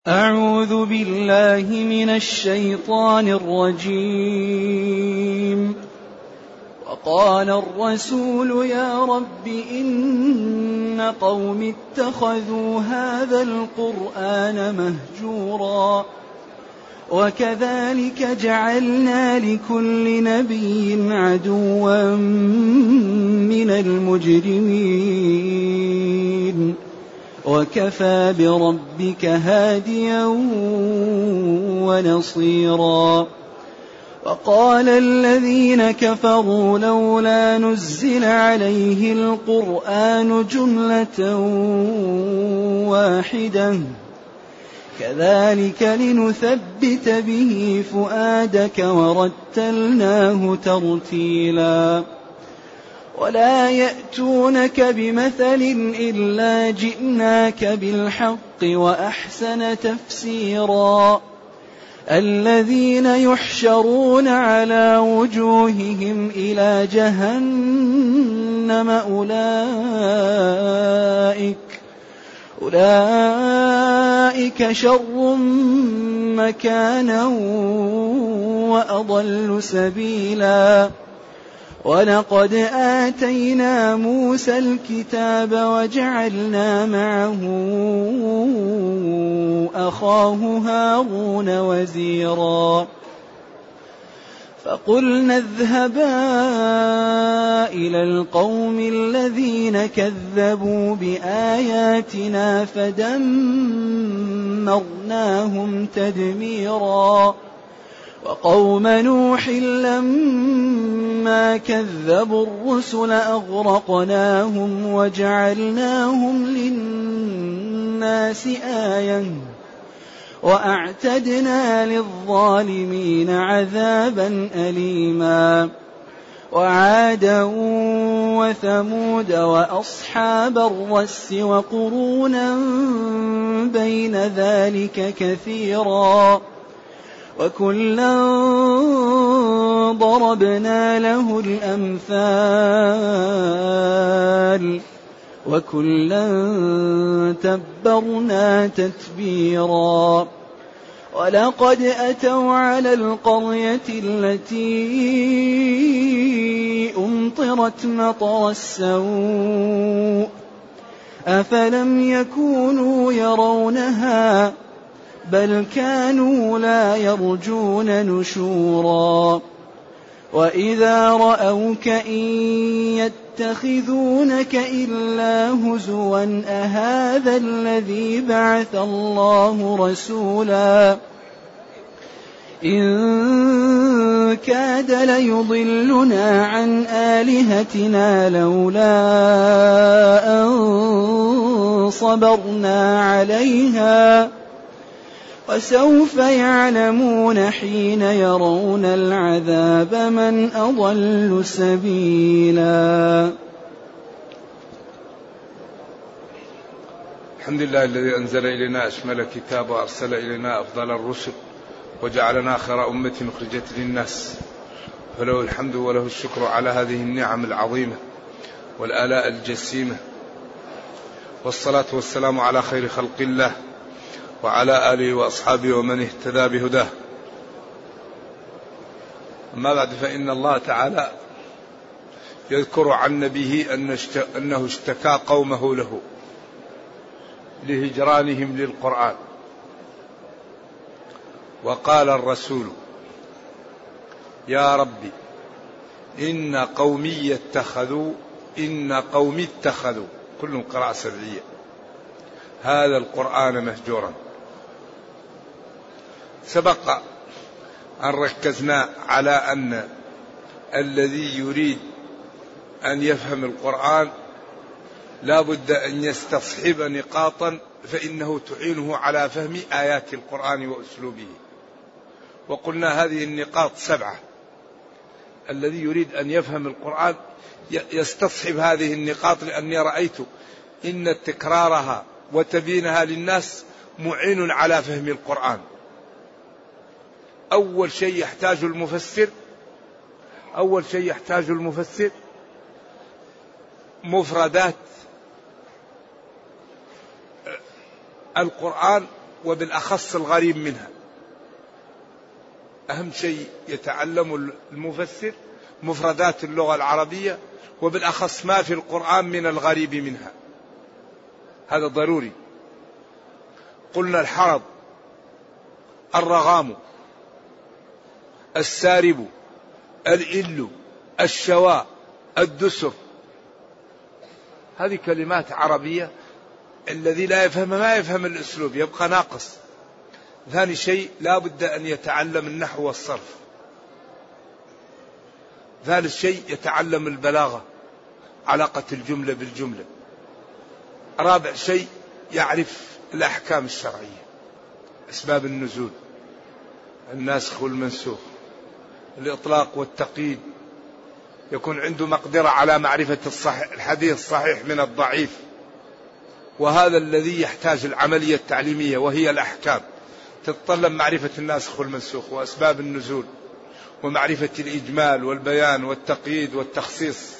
أعوذ بالله من الشيطان الرجيم. وقال الرسول يا رب إن قوم اتخذوا هذا القرآن مهجورا وكذلك جعلنا لكل نبي عدوا من المجرمين وكفى بربك هاديا ونصيرا. وقال الذين كفروا لولا نزل عليه القرآن جملة واحدة كذلك لنثبت به فؤادك ورتلناه ترتيلا. ولا يأتونك بمثل إلا جئناك بالحق وأحسن تفسيرا. الذين يحشرون على وجوههم إلى جهنم أولئك شر مكانا وأضل سبيلا. ولقد آتينا موسى الكتاب وجعلنا معه أخاه هارون وزيرا. فقلنا اذهبا إلى القوم الذين كذبوا بآياتنا فدمرناهم تدميرا. وقوم نوح لما كذبوا الرسل أغرقناهم وجعلناهم للناس آية وأعتدنا للظالمين عذابا أليما. وعادا وثمود وأصحاب الرس وقرونا بين ذلك كثيرا وكلا ضربنا له الأمثال وكلا تبرنا تتبيرا. ولقد أتوا على القرية التي أمطرت مطر السوء أفلم يكونوا يرونها بل كانوا لا يرجون نشورا. وإذا رأوك إن يتخذونك إلا هزوا أهذا الذي بعث الله رسولا إن كاد ليضلنا عن آلهتنا لولا أن صبرنا عليها وسوف يعلمون حين يرون العذاب من أضل سبيلا. الحمد لله الذي أنزل إلينا أشمل الكتاب وأرسل إلينا أفضل الرسل وجعلنا خير أمة أخرجت للناس فله الحمد وله الشكر على هذه النعم العظيمة والآلاء الجسيمة. والصلاة والسلام على خير خلق الله وعلى آله وأصحابه ومن اهتدى بهداه. أما بعد فإن الله تعالى يذكر عن نبيه أنه اشتكى قومه له لهجرانهم للقرآن. وقال الرسول يا ربي إن قومي اتخذوا كل قراءة سبعية هذا القرآن مهجورا. سبق أن ركزنا على أن الذي يريد أن يفهم القرآن لا بد أن يستصحب نقاطا فإنه تعينه على فهم آيات القرآن وأسلوبه. وقلنا هذه النقاط 7. الذي يريد أن يفهم القرآن يستصحب هذه النقاط لأني رأيت إن تكرارها وتبيينها للناس معين على فهم القرآن. أول شيء يحتاج المفسر مفردات القرآن وبالأخص الغريب منها. أهم شيء يتعلم المفسر مفردات اللغة العربية، وبالأخص ما في القرآن من الغريب منها، هذا ضروري. قلنا الحرض، الرغام، السارب، الإل، الشواء، الدسر، هذه كلمات عربية الذي لا يفهمها ما يفهم الأسلوب، يبقى ناقص. ثاني شيء لا بد أن يتعلم النحو والصرف. ثالث شيء يتعلم البلاغة، علاقة الجملة بالجملة. رابع شيء يعرف الأحكام الشرعية، أسباب النزول، الناسخ والمنسوخ، الإطلاق والتقييد، يكون عنده مقدرة على معرفة الحديث الصحيح من الضعيف. وهذا الذي يحتاج العملية التعليمية، وهي الأحكام، تتطلب معرفة الناسخ والمنسوخ وأسباب النزول، ومعرفة الإجمال والبيان والتقييد والتخصيص،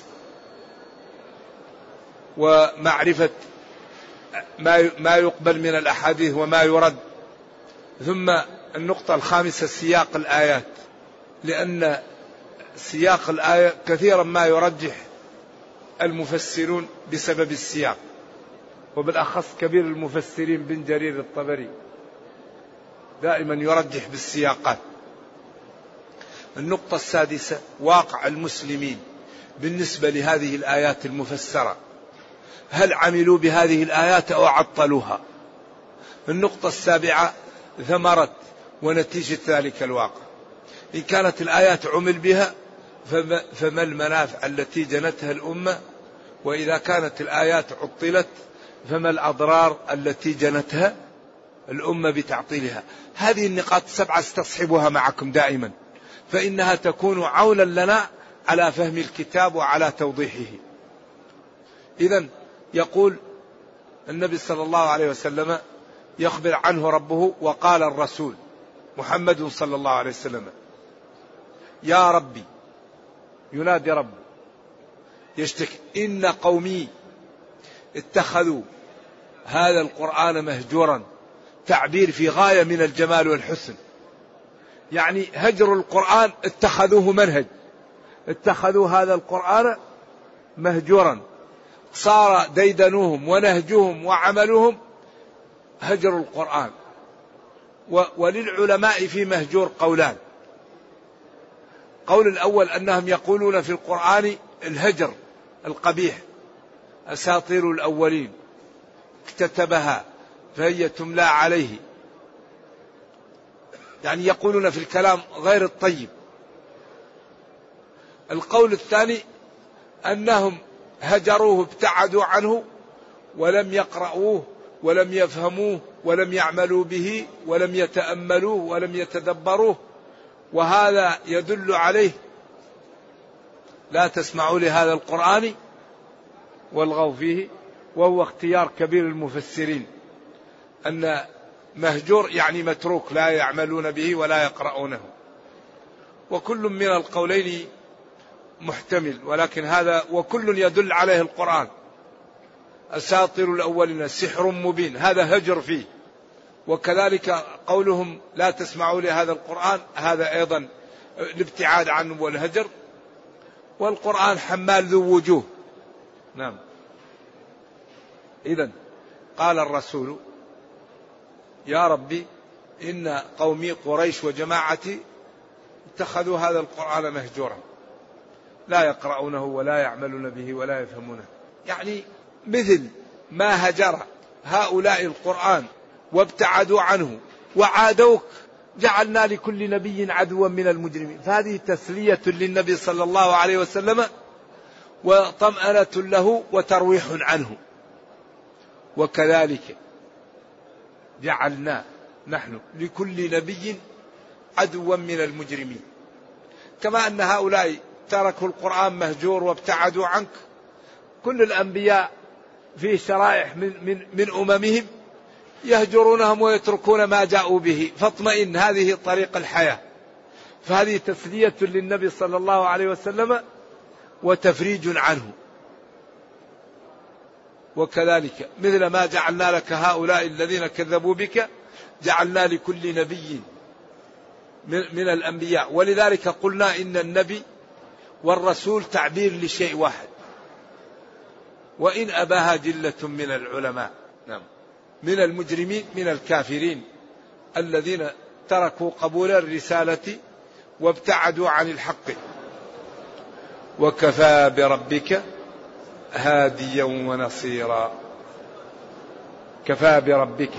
ومعرفة ما يقبل من الأحاديث وما يرد. ثم النقطة الخامسة سياق الآيات، لأن سياق الآية كثيرا ما يرجح المفسرون بسبب السياق، وبالأخص كبير المفسرين بن جرير الطبري دائما يرجح بالسياقات. النقطة السادسة واقع المسلمين بالنسبة لهذه الآيات المفسرة، هل عملوا بهذه الآيات أو عطلوها؟ النقطة السابعة ثمرة ونتيجة ذلك الواقع، إن كانت الآيات عمل بها فما المنافع التي جنتها الأمة، وإذا كانت الآيات عطلت فما الأضرار التي جنتها الأمة بتعطيلها. هذه النقاط 7 استصحبها معكم دائما، فإنها تكون عونا لنا على فهم الكتاب وعلى توضيحه. إذن يقول النبي صلى الله عليه وسلم يخبر عنه ربه، وقال الرسول محمد صلى الله عليه وسلم يا ربي، ينادي ربه يشتكي، إن قومي اتخذوا هذا القرآن مهجورا، تعبير في غاية من الجمال والحسن. يعني هجر القرآن اتخذوه منهج، اتخذوا هذا القرآن مهجورا، صار ديدنهم ونهجهم وعملهم هجر القرآن. وللعلماء في مهجور قولان. قول الأول أنهم يقولون في القرآن الهجر القبيح، أساطير الأولين اكتتبها فهي تملى عليه، يعني يقولون في الكلام غير الطيب. القول الثاني أنهم هجروه، ابتعدوا عنه، ولم يقرأوه ولم يفهموه ولم يعملوا به ولم يتأملوه ولم يتدبروه، وهذا يدل عليه لا تسمعوا لهذا القرآن والغوا فيه. وهو اختيار كبير المفسرين أن مهجور يعني متروك، لا يعملون به ولا يقرؤونه. وكل من القولين محتمل، ولكن هذا وكل يدل عليه القرآن. أساطير الأولين سحر مبين، هذا هجر فيه. وكذلك قولهم لا تسمعوا لهذا القرآن، هذا أيضا الابتعاد عنه والهجر. والقرآن حمال ذو وجوه. نعم. إذن قال الرسول يا ربي إن قومي قريش وجماعتي اتخذوا هذا القرآن مهجورا، لا يقرؤونه ولا يعملون به ولا يفهمونه. يعني مثل ما هجر هؤلاء القرآن وابتعدوا عنه وعادوك، جعلنا لكل نبي عدوا من المجرمين. فهذه تسلية للنبي صلى الله عليه وسلم وطمأنة له وترويح عنه. وكذلك جعلنا نحن لكل نبي عدوا من المجرمين. كما أن هؤلاء تركوا القرآن مهجور وابتعدوا عنك، كل الأنبياء في شرائح من أممهم يهجرونهم ويتركون ما جاءوا به، فاطمئن، هذه طريق الحياة. فهذه تسلية للنبي صلى الله عليه وسلم وتفريج عنه. وكذلك مثل ما جعلنا لك هؤلاء الذين كذبوا بك جعلنا لكل نبي من الأنبياء، ولذلك قلنا إن النبي والرسول تعبير لشيء واحد، وإن أباها جلة من العلماء، نعم، من المجرمين من الكافرين الذين تركوا قبول الرسالة وابتعدوا عن الحق. وكفى بربك هاديا ونصيرا. كفى بربك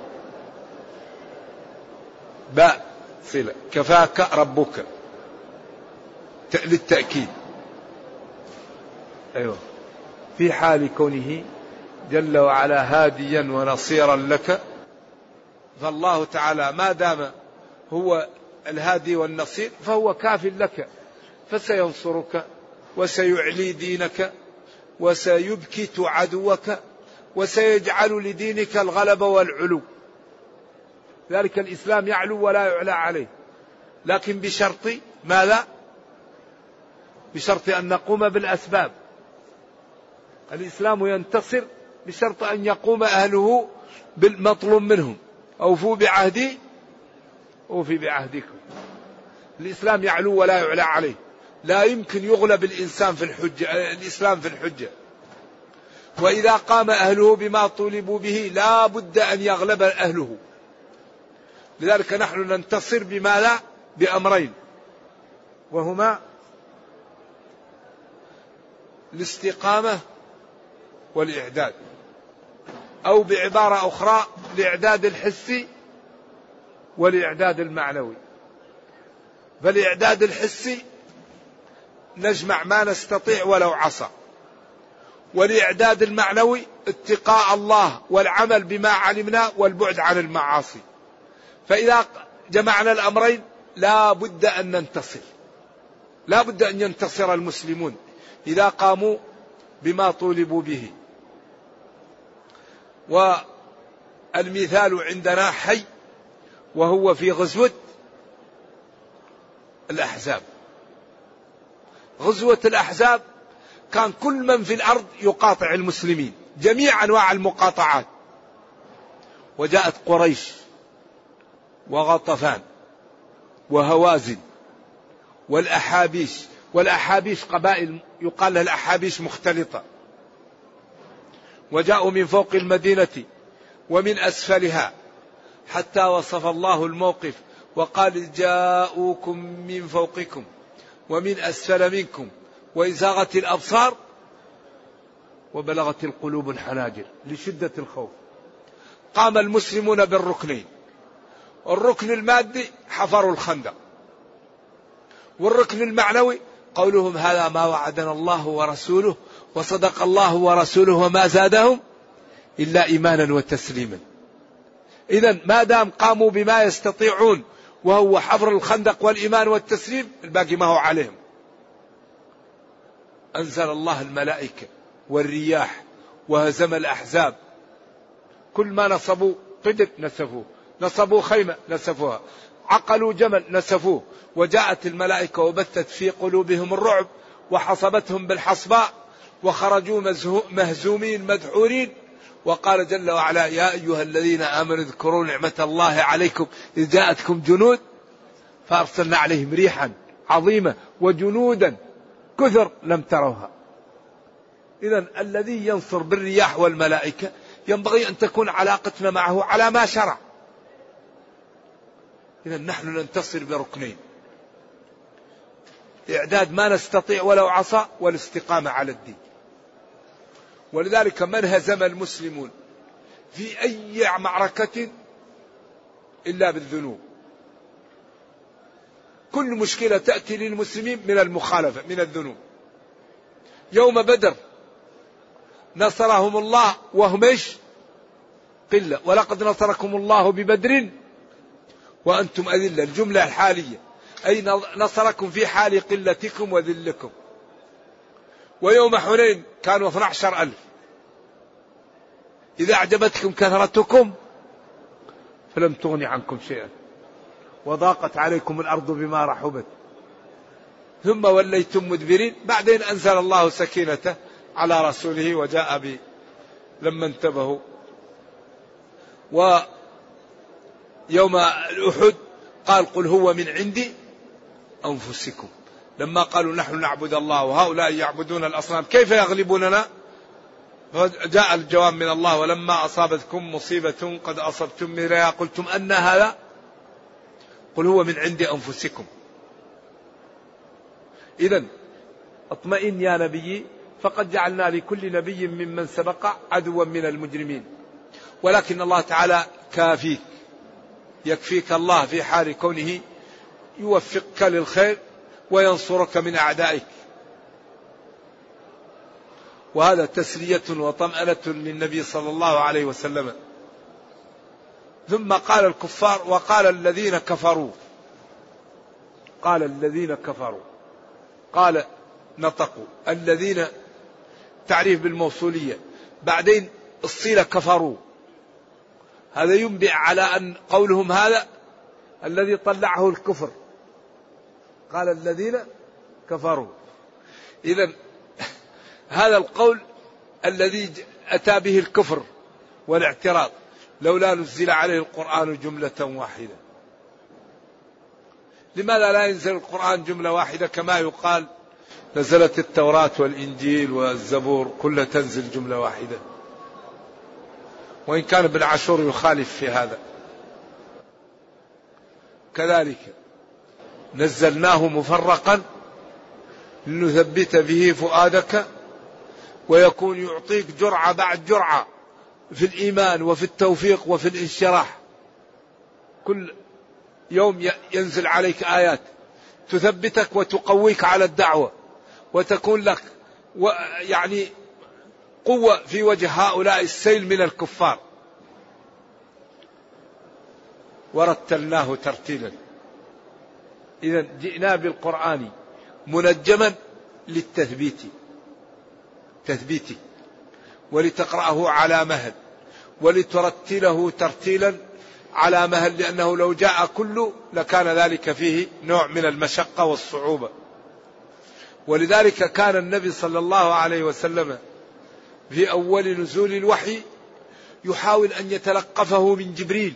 باء صلة، كفاك ربك للتأكيد، أيوة، في حال كونه جل وعلا هاديا ونصيرا لك، فالله تعالى ما دام هو الهادي والنصير فهو كاف لك، فسينصرك وسيعلي دينك وسيبكت عدوك وسيجعل لدينك الغلبة والعلو. ذلك الإسلام يعلو ولا يعلى عليه، لكن بشرط ماذا؟ بشرط أن نقوم بالأسباب. الإسلام ينتصر بشرط أن يقوم أهله بالمطلوب منهم. أوفوا بعهدي أوفي بعهدكم. الإسلام يعلو ولا يعلى عليه، لا يمكن يغلب الإنسان في الحجة، الإسلام في الحجة. وإذا قام أهله بما طولبوا به لا بد أن يغلب أهله. لذلك نحن ننتصر بماذا؟ بأمرين، وهما الاستقامة والإعداد، أو بعبارة أخرى الإعداد الحسي والإعداد المعنوي. فالإعداد الحسي نجمع ما نستطيع ولو عصى، والإعداد المعنوي اتقاء الله والعمل بما علمنا والبعد عن المعاصي. فإذا جمعنا الأمرين لا بد أن ننتصر، لا بد أن ينتصر المسلمون إذا قاموا بما طولبوا به. والمثال عندنا حي، وهو في غزوة الأحزاب. غزوة الأحزاب كان كل من في الأرض يقاطع المسلمين، جميع أنواع المقاطعات، وجاءت قريش وغطفان وهوازن والأحابيش. والأحابيش قبائل يقال لها الأحابيش مختلطة، وجاءوا من فوق المدينة ومن أسفلها، حتى وصف الله الموقف وقال جاءوكم من فوقكم ومن أسفل منكم وإذ زاغت الأبصار وبلغت القلوب الحناجر لشدة الخوف. قام المسلمون بالركنين، الركن المادي حفروا الخندق، والركن المعنوي قولهم هذا ما وعدنا الله ورسوله وصدق الله ورسوله وما زادهم إلا إيمانا وتسليما. إذن ما دام قاموا بما يستطيعون وهو حفر الخندق والإيمان والتسليم، الباقي ما هو عليهم. أنزل الله الملائكة والرياح وهزم الأحزاب. كل ما نصبوا قدر نسفوه، نصبوا خيمة نسفوها، عقلوا جمل نسفوه، وجاءت الملائكة وبثت في قلوبهم الرعب وحصبتهم بالحصباء وخرجوا مهزومين مدحورين. وقال جل وعلا يا أيها الذين آمنوا اذكروا نعمة الله عليكم إذ جاءتكم جنود فأرسلنا عليهم ريحا عظيمة وجنودا كثر لم تروها. إذن الذي ينصر بالرياح والملائكة ينبغي أن تكون علاقتنا معه على ما شرع. إذن نحن ننتصر بركنين، إعداد ما نستطيع ولو عصى، والاستقامة على الدين. ولذلك من هزم المسلمون في أي معركة إلا بالذنوب. كل مشكلة تأتي للمسلمين من المخالفة، من الذنوب. يوم بدر نصرهم الله وهم ايش؟ قلة، ولقد نصركم الله ببدر وأنتم أذلة، الجملة الحالية، أي نصركم في حال قلتكم وذلكم. ويوم حنين كانوا 12,000. إذا أعجبتكم كثرتكم فلم تغن عنكم شيئا وضاقت عليكم الأرض بما رحبت ثم وليتم مدبرين. بعدين أنزل الله سكينته على رسوله وجاء لما انتبهوا. يوم الأحد قال قل هو من عند أنفسكم. لما قالوا نحن نعبد الله وهؤلاء يعبدون الأصنام كيف يغلبوننا؟ فجاء الجواب من الله ولما أصابتكم مصيبة قد أصبتم مثلها قلتم أن هذا قل هو من عند أنفسكم. إذن اطمئن يا نبي فقد جعلنا لكل نبي ممن سبق عدوا من المجرمين. ولكن الله تعالى كافيك، يكفيك الله في حال كونه يوفقك للخير وينصرك من أعدائك. وهذا تسلية وطمأنة للنبي صلى الله عليه وسلم. ثم قال الكفار وقال الذين كفروا، قال الذين كفروا، قال نطقوا الذين تعريف بالموصولية، بعدين الصلة كفروا، هذا ينبئ على أن قولهم هذا الذي طلعه الكفر، قال الذين كفروا. إذن هذا القول الذي أتى به الكفر والاعتراض لولا نزل عليه القرآن جملة واحدة. لماذا لا ينزل القرآن جملة واحدة كما يقال نزلت التوراة والإنجيل والزبور كلها تنزل جملة واحدة؟ وإن كان ابن عاشور يخالف في هذا. كذلك نزلناه مفرقا لنثبت به فؤادك ويكون يعطيك جرعة بعد جرعة في الإيمان وفي التوفيق وفي الانشراح. كل يوم ينزل عليك آيات تثبتك وتقويك على الدعوة وتكون لك يعني قوة في وجه هؤلاء السيل من الكفار. ورتلناه ترتيلا. إذا جئنا بالقرآن منجما للتثبيت، تثبيتي، ولتقرأه على مهل، ولترتله ترتيلا على مهل، لأنه لو جاء كله لكان ذلك فيه نوع من المشقة والصعوبة. ولذلك كان النبي صلى الله عليه وسلم في أول نزول الوحي يحاول أن يتلقفه من جبريل،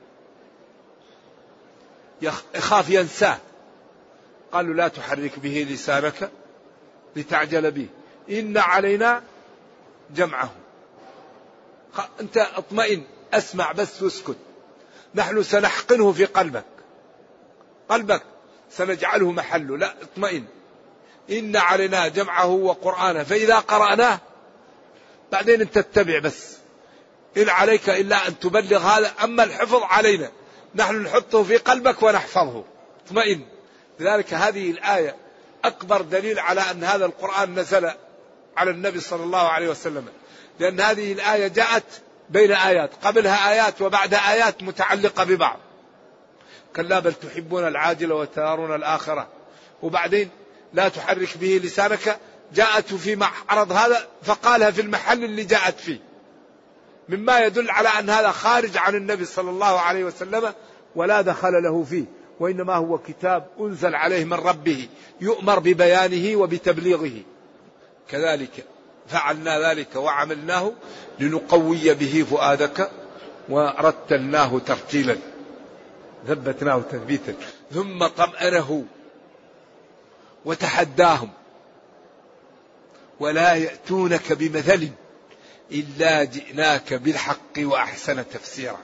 يخاف ينساه، قالوا لا تحرك به لسانك لتعجل به إن علينا جمعه. أنت اطمئن، أسمع بس واسكت، نحن سنحقنه في قلبك سنجعله محله، لا اطمئن، إن علينا جمعه وقرآنه فإذا قرأناه بعدين أنت تتبع بس، إن عليك إلا أن تبلغ هذا، أما الحفظ علينا، نحن نحطه في قلبك ونحفظه، اطمئن. لذلك هذه الآية أكبر دليل على أن هذا القرآن نزل على النبي صلى الله عليه وسلم، لأن هذه الآية جاءت بين آيات، قبلها آيات وبعدها آيات متعلقة ببعض. كلا بل تحبون العاجلة وتذرون الآخرة، وبعدين لا تحرك به لسانك جاءت في معرض هذا فقالها في المحل اللي جاءت فيه، مما يدل على أن هذا خارج عن النبي صلى الله عليه وسلم ولا دخل له فيه، وإنما هو كتاب أنزل عليه من ربه يؤمر ببيانه وبتبليغه. كذلك فعلنا ذلك وعملناه لنقوي به فؤادك ورتلناه ترتيلا، ثبتناه تثبيتا. ثم طمأنه وتحداهم ولا يأتونك بمثل إلا جئناك بالحق وأحسن تفسيرا.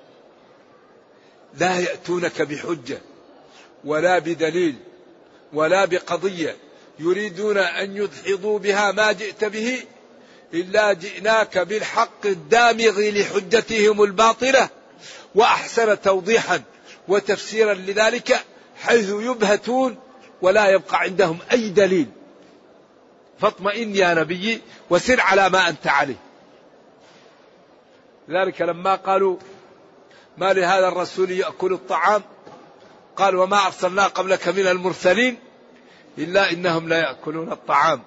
لا يأتونك بحجة ولا بدليل ولا بقضية يريدون أن يدحضوا بها ما جئت به إلا جئناك بالحق الدامغ لحجتهم الباطلة وأحسن توضيحا وتفسيرا لذلك، حيث يبهتون ولا يبقى عندهم أي دليل. فاطمئن يا نبي وسر على ما أنت عليه. لذلك لما قالوا ما لهذا الرسول يأكل الطعام قال وما أرسلنا قبلك من المرسلين إلا إنهم لا يأكلون الطعام.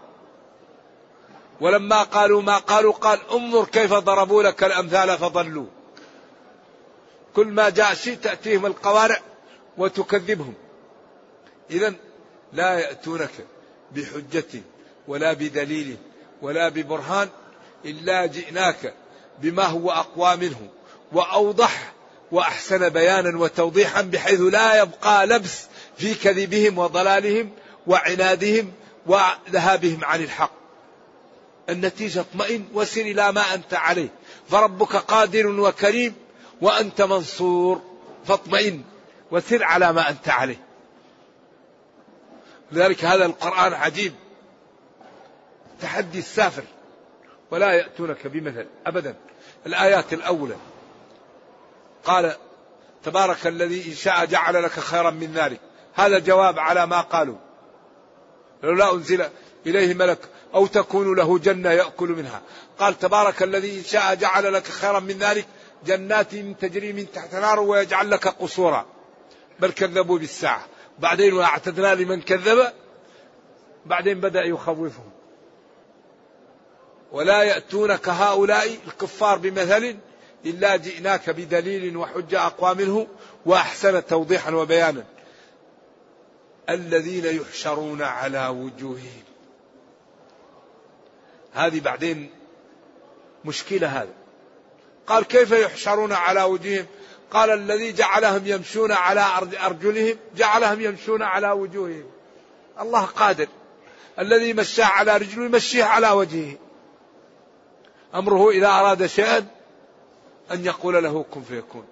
ولما قالوا ما قالوا قال انظر كيف ضربوا لك الأمثال فضلوا. كل ما جاء شيء تأتيهم القوارع وتكذبهم. إذن لا يأتونك بحجة ولا بدليل ولا ببرهان إلا جئناك بما هو أقوى منه وأوضح وأحسن بيانا وتوضيحا بحيث لا يبقى لبس في كذبهم وضلالهم وعنادهم وذهابهم عن الحق. النتيجة اطمئن وسر إلى ما أنت عليه، فربك قادر وكريم وأنت منصور، فاطمئن وسر على ما أنت عليه. لذلك هذا القرآن عجيب، تحدي السافر، ولا يأتونك بمثل أبدا. الآيات الأولى قال تبارك الذي إن شاء جعل لك خيرا من ذلك، هذا جواب على ما قالوا لولا أنزل إليه ملك أو تكون له جنة يأكل منها. قال تبارك الذي إن شاء جعل لك خيرا من ذلك جنات تجري من تحت نار ويجعل لك قصورا، بل كذبوا بالساعة. بعدين واعتدنا لمن كذب، بعدين بدأ يخوفهم. ولا يأتونك هؤلاء الكفار بمثل إلا جئناك بدليل وحجة أقوى منه وأحسن توضيحا وبيانا. الذين يحشرون على وجوههم، هذه بعدين مشكلة. هذا قال كيف يحشرون على وجوههم؟ قال الذي جعلهم يمشون على أرجلهم جعلهم يمشون على وجوههم. الله قادر، الذي مشى على رجله يمشيه على وجهه. أمره إذا أراد شيئا أن يقول له كن فيكون.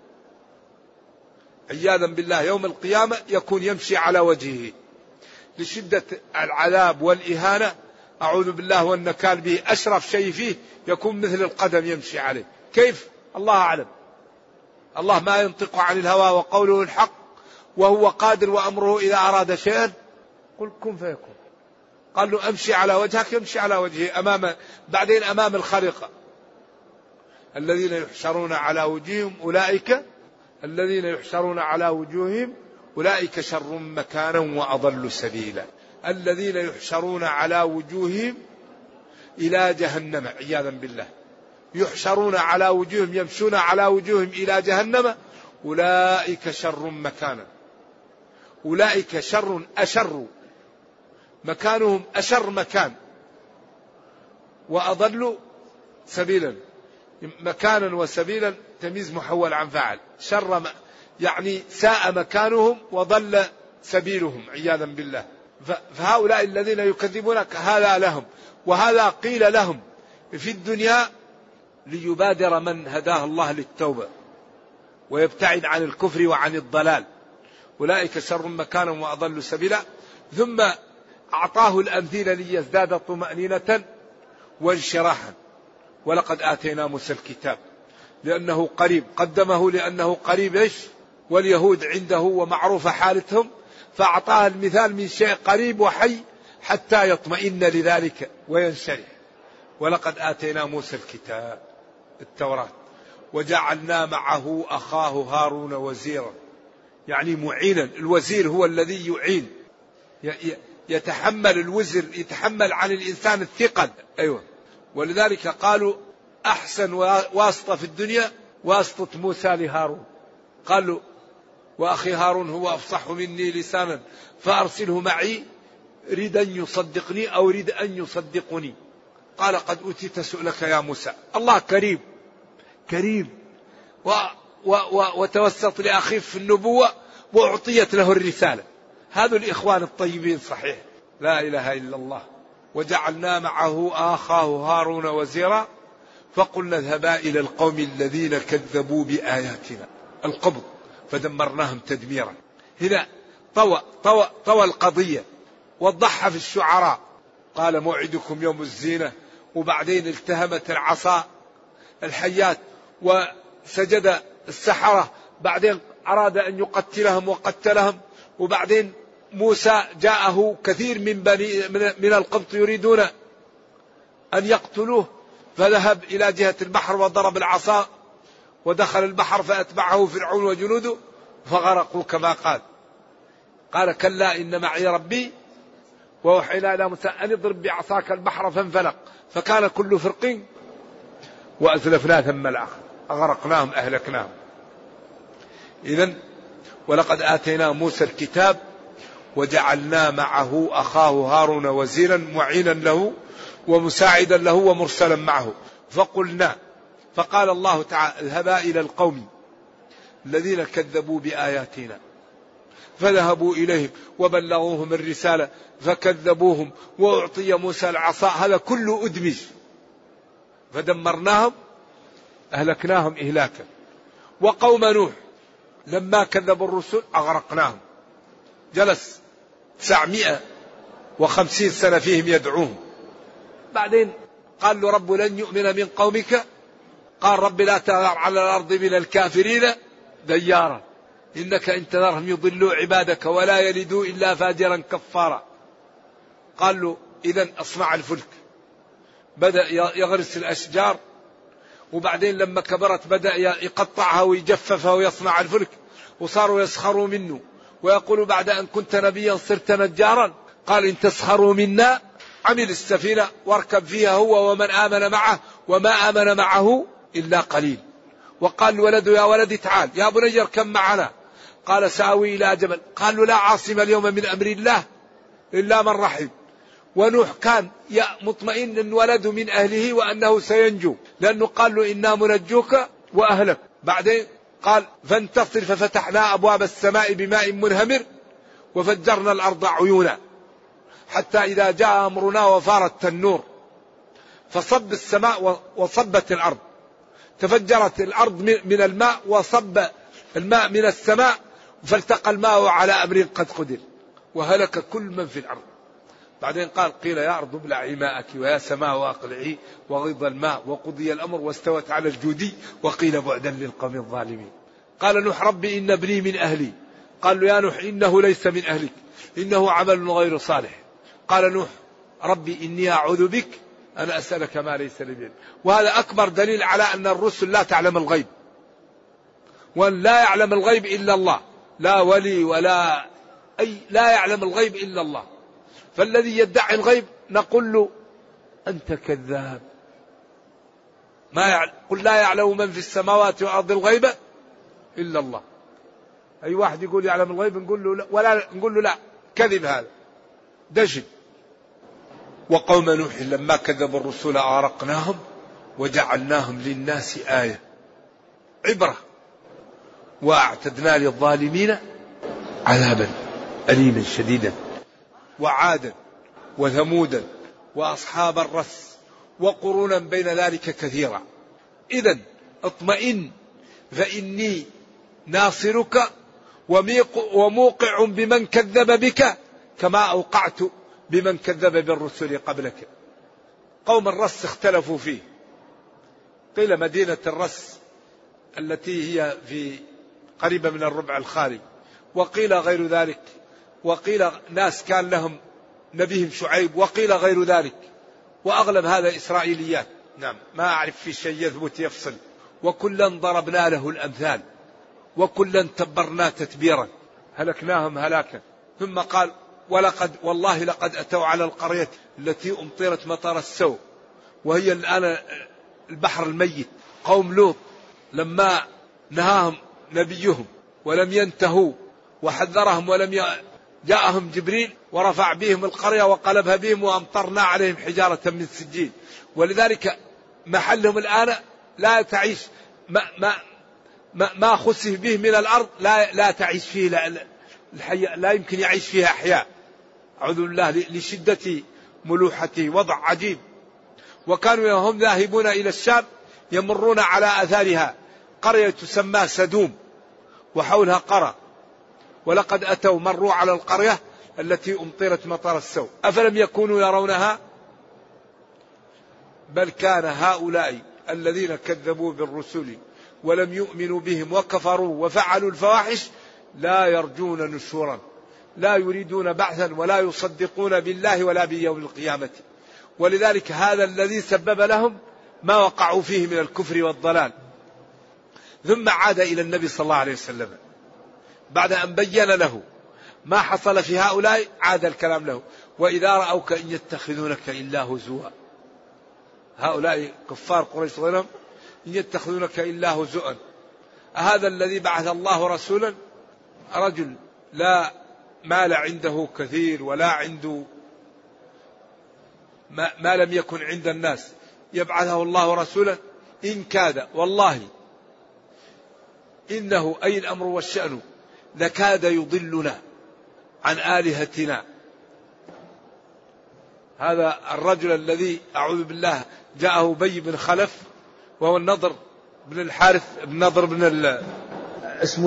عياذا بالله يوم القيامة يكون يمشي على وجهه لشدة العذاب والإهانة. أعوذ بالله والنكال به، أشرف شيء فيه يكون مثل القدم يمشي عليه. كيف؟ الله أعلم. الله ما ينطق عن الهوى وقوله الحق، وهو قادر وأمره إذا أراد شيئا قل كن فيكون. قال له أمشي على وجهك، يمشي على وجهه بعدين أمام الخليقة. الذين يحشرون على وجوههم أولئك الذين يحشرون على وجوههم أولئك شر مكانا وأضل سبيلا. الذين يحشرون على وجوههم إلى جهنم عياذا بالله، يحشرون على وجوههم يمشون على وجوههم إلى جهنم أولئك شر مكانا. أولئك شر أشر مكانهم، أشر مكان، وأضل سبيلا. مكانا وسبيلا تمييز محول عن فاعل. شر يعني ساء مكانهم وضل سبيلهم عياذا بالله. فهؤلاء الذين يكذبونك هذا لهم، وهذا قيل لهم في الدنيا ليبادر من هداه الله للتوبة ويبتعد عن الكفر وعن الضلال. أولئك شر مكانا وأضل سبيلا. ثم أعطاه الأمثلة ليزداد طمأنينة وانشراحا. ولقد آتينا موسى الكتاب لأنه قريب، قدمه لأنه قريب إيش؟ واليهود عنده ومعروف حالتهم، فأعطاه المثال من شيء قريب وحي حتى يطمئن لذلك وينشرح. ولقد آتينا موسى الكتاب التوراة وجعلنا معه أخاه هارون وزيرا، يعني معينا. الوزير هو الذي يعين، يتحمل الوزر، يتحمل عن الإنسان الثقل. أيوة. ولذلك قالوا أحسن واسطة في الدنيا واسطة موسى لهارون. قالوا وأخي هارون هو أفصح مني لسانا فأرسله معي ريد أن يصدقني أو ريد أن يصدقني. قال قد أوتيت سؤلك يا موسى. الله كريم كريم وتوسط لأخيه في النبوة وأعطيت له الرسالة. هذا الإخوان الطيبين صحيح، لا إله إلا الله. وجعلنا معه أخاه هارون وزيرا فقلنا اذهبا إلى القوم الذين كذبوا بآياتنا القبض فدمرناهم تدميرا. هنا طوى القضية وضحها في الشعراء. قال موعدكم يوم الزينة، وبعدين التهمت العصا الحيات وسجد السحرة، بعدين أراد أن يقتلهم وقتلهم، وبعدين موسى جاءه كثير من القبط يريدون أن يقتلوه، فذهب إلى جهة البحر وضرب العصا ودخل البحر فأتبعه فرعون وجنوده فغرقوا كما قال كلا إن معي ربي وأوحينا إلى موسى أن اضرب بعصاك البحر فانفلق فكان كل فرق وأزلفنا ثم الآخر أغرقناهم أهلكناهم. إذن ولقد آتينا موسى الكتاب وجعلنا معه أخاه هارون وزيرا معينا له ومساعدا له ومرسلا معه. فقلنا، فقال الله تعالى اذهبا إلى القوم الذين كذبوا بآياتنا فذهبوا إليهم وبلغوهم الرسالة فكذبوهم وأعطي موسى العصا، هذا كله أدمج فدمرناهم أهلكناهم إهلاكا. وقوم نوح لما كذبوا الرسل أغرقناهم، جلس 950 سنة فيهم يدعوهم، بعدين قال له رب لن يؤمن من قومك، قال رب لا تذر على الأرض من الكافرين ديارا إنك إن تذرهم يضلوا عبادك ولا يلدوا إلا فاجرا كفارا. قال له إذن أصنع الفلك، بدأ يغرس الأشجار، وبعدين لما كبرت بدأ يقطعها ويجففها ويصنع الفلك، وصاروا يسخروا منه ويقول بعد أن كنت نبيا صرت نجارا. قال إن تسخروا منا عمل السفينة واركب فيها هو ومن آمن معه وما آمن معه إلا قليل. وقال الولد يا ولدي تعال يا بني اركب معنا، قال سآوي إلى جبل، قال له لا عاصم اليوم من أمر الله إلا من رحم. ونوح كان مطمئن أن ولده من أهله وأنه سينجو، لأنه قال له إنا منجوك وأهلك. بعدين قال فانتصر ففتحنا أبواب السماء بماء منهمر وفجرنا الأرض عيونا حتى إذا جاء أمرنا وفارت النور فصب السماء وصبت الأرض، تفجرت الأرض من الماء وصب الماء من السماء فالتقى الماء على أمر قد قدر وهلك كل من في الأرض. بعدين قيل يا أرض ابلعي ماءك ويا سماء أقلعي وغيض الماء وقضي الأمر واستوت على الجودي وقيل بعدا للقوم الظالمين. قال نوح ربي إن ابني من أهلي، قال له يا نوح إنه ليس من أهلك إنه عمل غير صالح. قال نوح ربي إني أعوذ بك أنا أسألك ما ليس لي به. وهذا أكبر دليل على أن الرسل لا تعلم الغيب، وأن لا يعلم الغيب إلا الله، لا ولي ولا لا يعلم الغيب إلا الله. فالذي يدعي الغيب نقول له أنت كذاب، قل لا يعلم من في السماوات والأرض الغيب إلا الله. أي واحد يقول يعلم الغيب نقول له لا، ولا نقول له لا، كذب هذا دجل. وقوم نوح لما كذبوا الرسل أغرقناهم وجعلناهم للناس آية عبرة وأعتدنا للظالمين عذابا أليما شديدا. وعادا وثمودا وأصحاب الرس وقرونا بين ذلك كثيرا. إذن اطمئن فإني ناصرك وموقع بمن كذب بك كما أوقعت بمن كذب بالرسل قبلك. قوم الرس اختلفوا فيه، قيل مدينة الرس التي هي في قريبة من الربع الخالي، وقيل غير ذلك، وقيل ناس كان لهم نبيهم شعيب، وقيل غير ذلك، وأغلب هذا إسرائيليات. نعم ما أعرف في شيء يثبت يفصل. وكلا ضربنا له الأمثال وكلا تبرنا تتبيرا هلكناهم هلاكا. ثم قال والله لقد أتوا على القرية التي أمطرت مطر السوء وهي الآن البحر الميت. قوم لوط لما نهاهم نبيهم ولم ينتهوا وحذرهم جاءهم جبريل ورفع بهم القرية وقلبها بهم وأمطرنا عليهم حجارة من سجيل. ولذلك محلهم الآن لا تعيش ما خسف به من الأرض لا تعيش فيه لا يمكن يعيش فيها أحياء، أعوذ بالله، لشدة ملوحته، وضع عجيب. وكانوا هم ذاهبون إلى الشام يمرون على أثارها قرية تسمى سدوم وحولها قرى، ولقد أتوا مروا على القرية التي أمطرت مطر السوء أفلم يكونوا يرونها بل كان هؤلاء الذين كذبوا بالرسل ولم يؤمنوا بهم وكفروا وفعلوا الفواحش لا يرجون نشورا لا يريدون بعثا ولا يصدقون بالله ولا بيوم القيامة. ولذلك هذا الذي سبب لهم ما وقعوا فيه من الكفر والضلال. ثم عاد إلى النبي صلى الله عليه وسلم بعد أن بين له ما حصل في هؤلاء، عاد الكلام له وإذا رأوك إن يتخذونك إلا هزوا. هؤلاء كفار قريش غيرهم إن يتخذونك إلا هزوا. هذا الذي بعث الله رسولا رجل لا مال عنده كثير ولا عنده ما لم يكن عند الناس، يبعثه الله رسولا إن كاد والله إنه أي الأمر والشأن لكاد يضلنا عن آلهتنا. هذا الرجل الذي أعوذ بالله جاءه أبي بن خلف وهو النضر بن الحارث النضر بن اسمه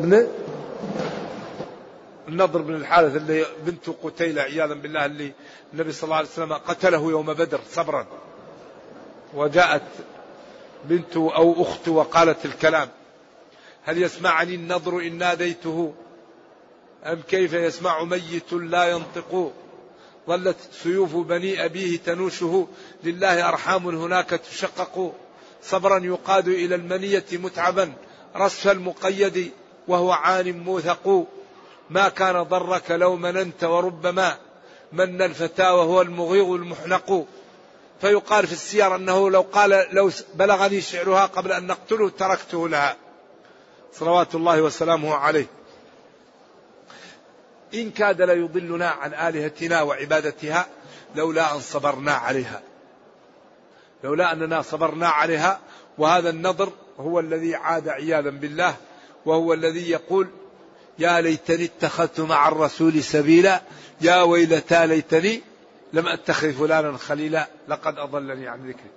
النضر بن الحارث اللي بنت قتيلة عياذا بالله، اللي النبي صلى الله عليه وسلم قتله يوم بدر صبرا، وجاءت بنته أو أخته وقالت الكلام: هل يسمعني النضر إن ناديته أم كيف يسمع ميت لا ينطق؟ ظلت سيوف بني أبيه تنوشه، لله أرحام هناك تشقق. صبرا يقاد إلى المنية متعبا، رصف المقيد وهو عان موثق. ما كان ضرك لو مننت، وربما من الفتى وهو المغيظ المحنق. فيقال في السير أنه لو بلغني شعرها قبل أن نقتله تركته لها صلوات الله وسلامه عليه. إن كاد ليضلنا عن آلهتنا وعبادتها لولا أن صبرنا عليها، لولا أننا صبرنا عليها. وهذا النضر هو الذي عاد عياذا بالله، وهو الذي يقول: يا ليتني اتخذت مع الرسول سبيلا، يا ويلتى ليتني لم أتخذ فلانا خليلا، لقد أضلني عن ذكري.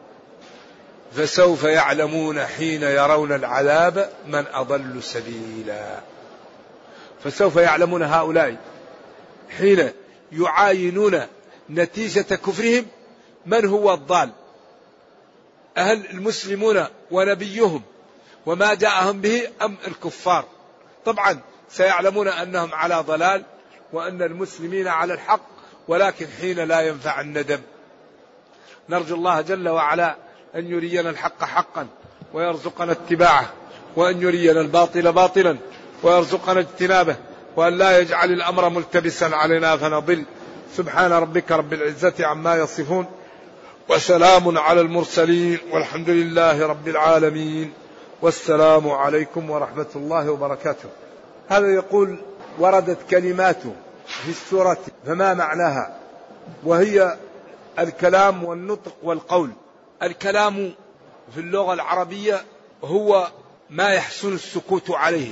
فسوف يعلمون حين يرون العذاب من أضل سبيلا. فسوف يعلمون هؤلاء حين يعاينون نتيجة كفرهم من هو الضال، أهل المسلمون ونبيهم وما جاءهم به أم الكفار. طبعا سيعلمون أنهم على ضلال وأن المسلمين على الحق، ولكن حين لا ينفع الندم. نرجو الله جل وعلا أن يرينا الحق حقا ويرزقنا اتباعه، وأن يرينا الباطل باطلا ويرزقنا اجتنابه، وأن لا يجعل الأمر ملتبسا علينا فنضل. سبحان ربك رب العزة عما يصفون، وسلام على المرسلين، والحمد لله رب العالمين، والسلام عليكم ورحمة الله وبركاته. هذا يقول: وردت كلماته في السورة فما معناها؟ وهي الكلام والنطق والقول. الكلام في اللغة العربية هو ما يحسن السكوت عليه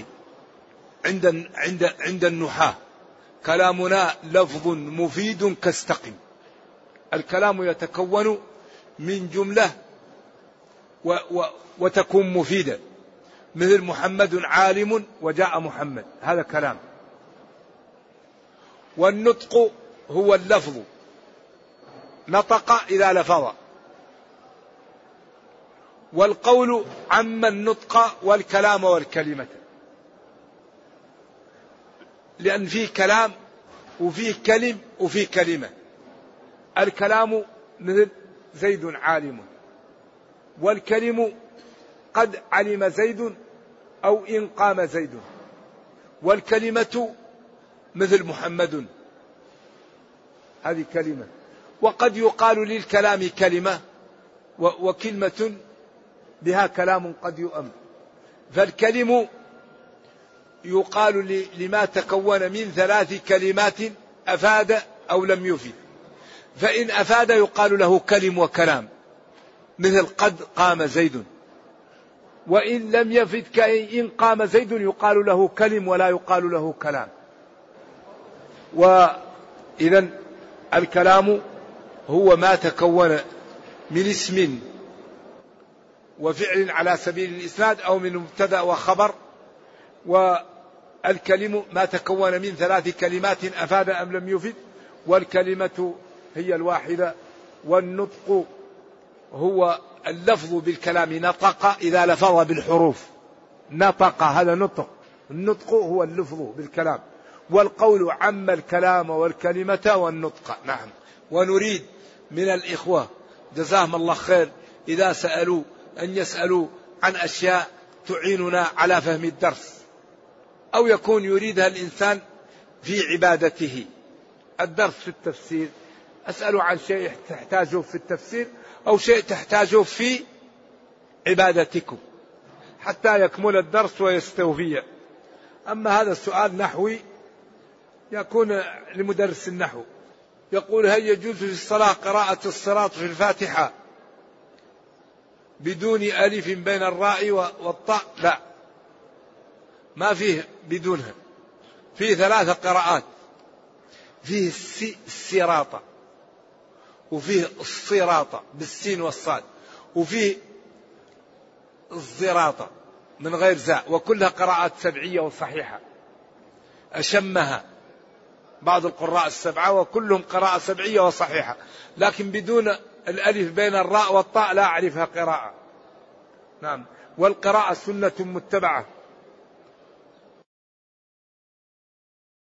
عند النحاة. كلامنا لفظ مفيد كاستقم. الكلام يتكون من جملة وتكون مفيدة، مثل محمد عالم وجاء محمد، هذا كلام. والنطق هو اللفظ، نطق إذا لفظ. والقول عم النطق والكلام والكلمة، لأن فيه كلام وفيه كلم وفيه كلمة. الكلام مثل زيد عالم، والكلم قد علم زيد أو إن قام زيد. والكلمة مثل محمد، هذه كلمة. وقد يقال للكلام كلمة، وكلمة بها كلام قد يؤم. فالكلم يقال لما تكون من 3 كلمات أفاد أو لم يفد. فإن أفاد يقال له كلم وكلام، مثل قد قام زيد. وإن لم يفد كإن قام زيد يقال له كلم ولا يقال له كلام. وإذن الكلام هو ما تكون من اسم وفعل على سبيل الإسناد أو من مبتدأ وخبر. والكلم ما تكون من 3 كلمات أفاد أم لم يفد، والكلمة هي الواحدة. والنطق هو اللفظ بالكلام، نطق إذا لفظ بالحروف، نطق هذا نطق. النطق هو اللفظ بالكلام. والقول عم الكلام والكلمة والنطق. نعم. ونريد من الإخوة جزاهم الله خير إذا سألوا أن يسألوا عن أشياء تعيننا على فهم الدرس، أو يكون يريدها الإنسان في عبادته. الدرس في التفسير، أسأل عن شيء تحتاجه في التفسير أو شيء تحتاجه في عبادتكم حتى يكمل الدرس ويستوفيه. أما هذا السؤال نحوي يكون لمدرس النحو. يقول: هل يجوز في الصلاة قراءة الصراط في الفاتحة بدون ألف بين الراء والطاء؟ لا، ما فيه بدونها. فيه 3 قراءات، فيه السراطة، وفيه الصراطة بالسين والصاد، وفيه الزراطة من غير زاء، وكلها قراءات سبعية وصحيحة. أشمها بعض القراء 7 وكلهم قراءة سبعية وصحيحة، لكن بدون الألف بين الراء والطاء لا أعرفها قراءة. نعم. والقراءة سنة متبعة